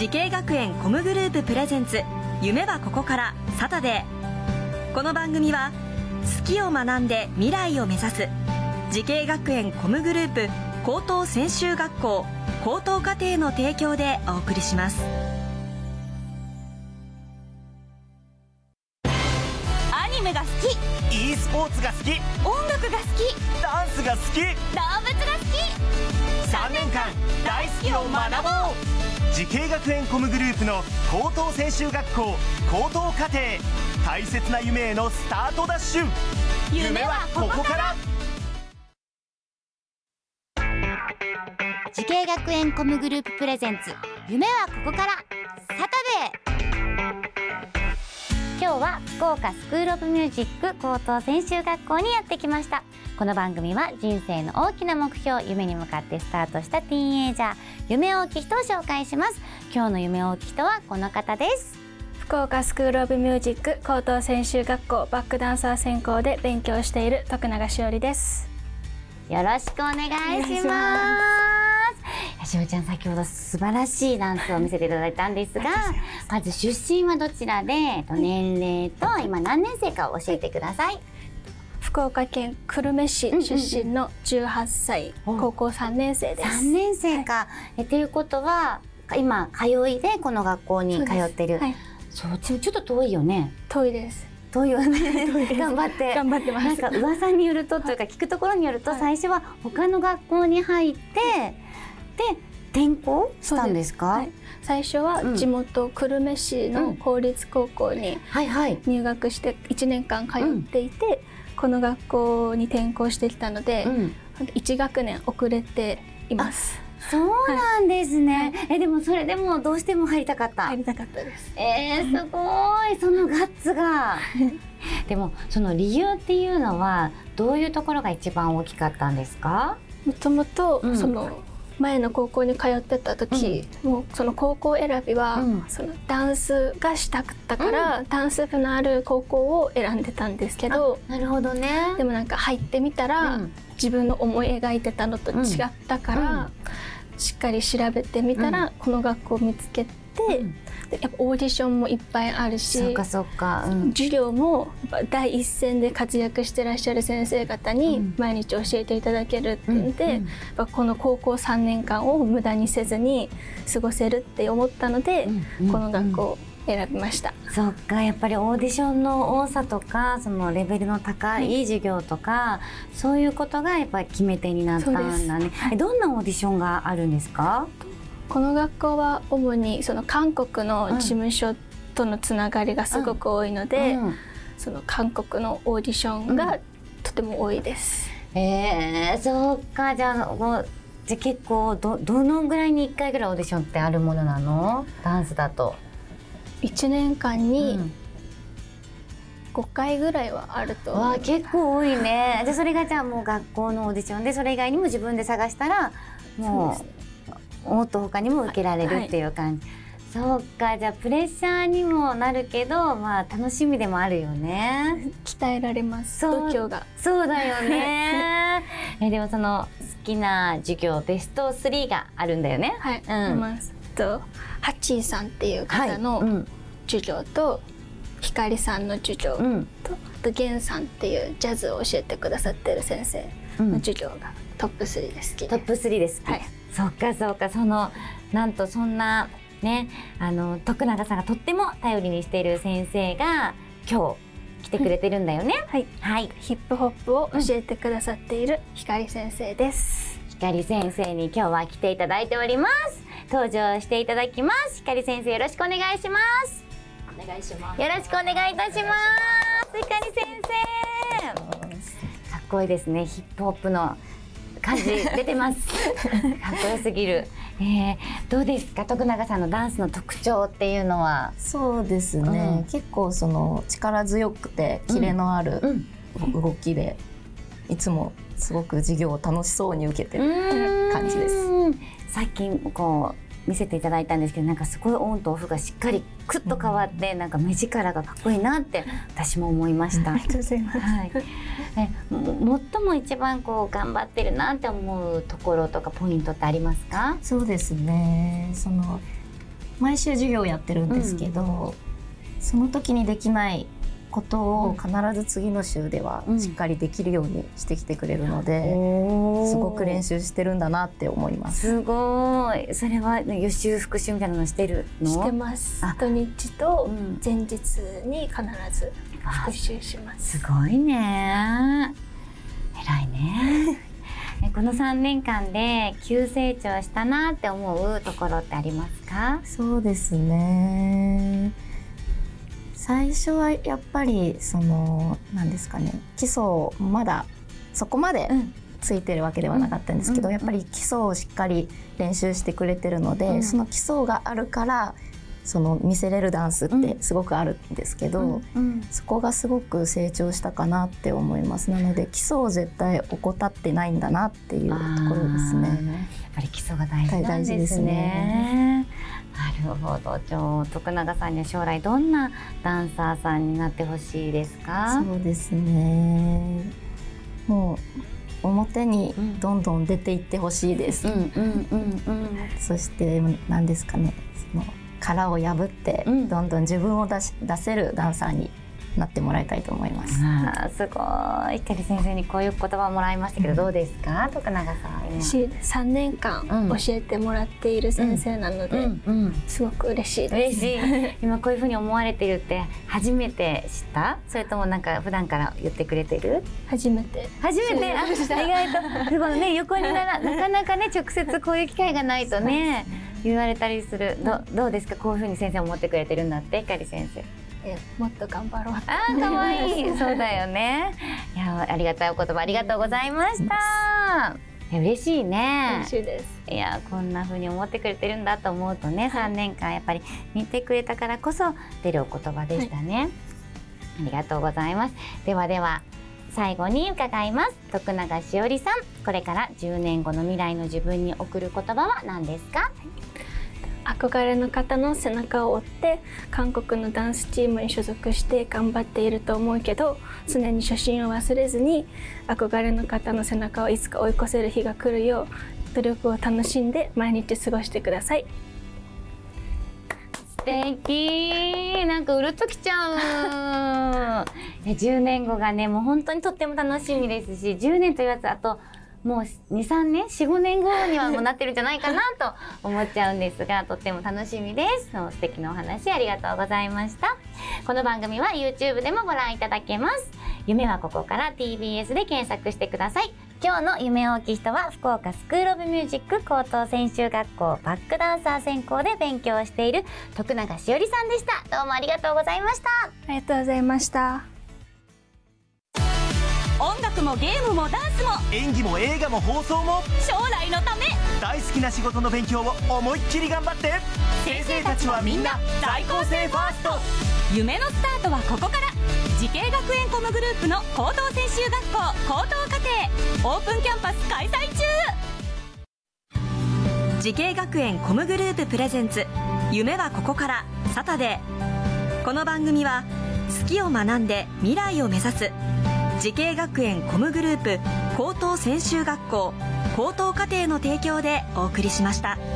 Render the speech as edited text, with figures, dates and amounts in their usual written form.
時系学園コムグループプレゼンツ夢はここからサタデー。この番組は好きを学んで未来を目指す時系学園コムグループ高等専修学校高等課程の提供でお送りします。 アニメが好き、 e スポーツが好き、 音楽が好き、 ダンスが好き、 動物が好き。 3年間大好きを学ぼう。時系学園コムグループの高等専修学校高等課程、大切な夢へのスタートダッシュ。夢はここから。 時系学園コムグループプレゼンツ夢はここからサタデー。今日は福岡スクールオブミュージック高等専修学校にやってきました。この番組は人生の大きな目標、夢に向かってスタートしたティーンエイジャー、夢大きい人を紹介します。今日の夢大きい人はこの方です。 福岡スクールオブミュージック高等専修学校バックダンサー専攻で勉強している徳永しおりです。 よろしくお願いします。しおちゃん、先ほど素晴らしいダンスを見せていただいたんですが、まず出身はどちらで、年齢と今何年生かを教えてください。 福岡県久留米市出身の18歳、高校3年生です。 3年生か。っていうことは今通いでこの学校に通ってる。そう、ちょっと遠いよね。 遠いです。 遠いよね。頑張ってます。 なんか噂によるとというか聞くところによると、最初は他の学校に入ってで転校したんですか？ 最初は地元久留米市の公立高校に入学して1年間通っていて、この学校に転校してきたので、1学年遅れています。 そうなんですね。でもそれでもどうしても入りたかった。 入りたかったです。 すごい、そのガッツが。でもその理由っていうのはどういうところが一番大きかったんですか？ もともとその前の高校に通ってた時、もうその高校選びは、そのダンスがしたかったから、ダンス部のある高校を選んでたんですけど、 なるほどね。 でもなんか入ってみたら、自分の思い描いてたのと違ったから、しっかり調べてみたら、この学校を見つけて、でやっぱオーディションもいっぱいあるし、 そうか、 授業もやっぱ第一線で活躍してらっしゃる先生方に毎日教えていただけるっていうんで、やっぱこの高校3年間を無駄にせずに過ごせるって思ったので、この学校を選びました。 そっか、やっぱりオーディションの多さとか、そのレベルの高い授業とか、そういうことがやっぱり決め手になったんだね。どんなオーディションがあるんですか？ この学校は主にその韓国の事務所とのつながりがすごく多いので、その韓国のオーディションがとても多いです。 そうか。じゃあ結構どのぐらいに1回ぐらいオーディションってあるものなの？ダンスだと 1年間に5回ぐらいはあると思う。 結構多いね。じゃあそれがじゃあもう学校のオーディションで、それ以外にも自分で探したらもっと他にも受けられるっていう感じ。そうか。じゃあプレッシャーにもなるけど、楽しみでもあるよね。 鍛えられます、度胸が。 そうだよね。でもその好きな授業ベスト3があるんだよね。 はい、あります。ハッチーさんっていう方の授業と、ひかりさんの授業と、ゲンさんっていうジャズを教えてくださってる先生の授業がトップ3で好き。 トップ3で好き。はい。そうか。なんとそんなね、徳永さんがとっても頼りにしている先生が今日来てくれてるんだよね。はい。 ヒップホップを教えてくださっている光先生です。 光先生に今日は来ていただいております。登場していただきます。光先生、よろしくお願いします。 お願いします。 よろしくお願いいたします。光先生、かっこいいですね。ヒップホップの感じ出てます。かっこよすぎる。どうですか、徳永さんのダンスの特徴っていうのは？ そうですね、結構その力強くてキレのある動きで、いつもすごく授業を楽しそうに受けてる感じです。 さっきこう見せていただいたんですけど、なんかすごいオンとオフがしっかりクッと変わって、なんか目力がかっこいいなって私も思いました。 ありがとうございます。 最も一番こう頑張ってるなって思うところとかポイントってありますか？ そうですね、 毎週授業をやってるんですけど、その時にできないことを必ず次の週ではしっかりできるようにしてきてくれるので、すごく練習してるんだなって思います。 すごい。それは予習復習みたいなのしてるの？ してます。土日と前日に必ず復習します。 すごいね。偉いね。この3年間で急成長したなって思うところってありますか？ そうですね。最初はやっぱり何ですかね、基礎まだそこまでついてるわけではなかったんですけど、やっぱり基礎をしっかり練習してくれてるので、その基礎があるから見せれるダンスってすごくあるんですけど、そこがすごく成長したかなって思います。なので基礎を絶対怠ってないんだなっていうところですね。 やっぱり基礎が大事なんですね。なるほど。じゃあ徳永さんには将来どんなダンサーさんになってほしいですか？ そうですね。もう表にどんどん出ていってほしいです。そして何ですかね、殻を破ってどんどん自分を出せるダンサーになってもらいたいと思います。 すごい。光先生にこういう言葉をもらいましたけど、どうですか徳永さん？ 3年間教えてもらっている先生なので、すごく嬉しいです。 嬉しい。今こういうふうに思われてるって初めて知った？それともなんか普段から言ってくれてる？ 初めて。 ありがとう。このね横になかなかね直接こういう機会がないとね言われたりする。どうですか？こういうふうに先生思ってくれてるんだって光先生。 もっと頑張ろう。 可愛い。そうだよね。いや、ありがたいお言葉ありがとうございました。嬉しいね。 嬉しいです。 いや、こんな風に思ってくれてるんだと思うとね、3年間やっぱり見てくれたからこそ出るお言葉でしたね。ありがとうございます。では最後に伺います。徳永しおりさん、これから10年後の未来の自分に送る言葉は何ですか？ 憧れの方の背中を追って韓国のダンスチームに所属して頑張っていると思うけど、常に初心を忘れずに憧れの方の背中をいつか追い越せる日が来るよう努力を楽しんで毎日過ごしてください。 素敵。なんかうるっときちゃう。10年後がね、もう本当にとっても楽しみですし、10年と言わずあともう 2,3 年 4,5 年後にはもうなってるんじゃないかなと思っちゃうんですが、とっても楽しみです。素敵なお話ありがとうございました。この番組は YouTube でもご覧いただけます。夢はここから TBS で検索してください。今日の夢大きい人は福岡スクールオブミュージック高等専修学校バックダンサー専攻で勉強している徳永しおりさんでした。どうもありがとうございました。 ありがとうございました。 音楽もゲームもダンスも演技も映画も放送も将来のため、 大好きな仕事の勉強を思いっきり頑張って。先生たちはみんな在校生ファースト。 夢のスタートはここから。慈恵学園コムグループの高等専修学校高等課程オープンキャンパス開催中。慈恵学園コムグループプレゼンツ夢はここからサタデー。この番組は好きを学んで未来を目指す慈恵学園コムグループ高等専修学校高等課程の提供でお送りしました。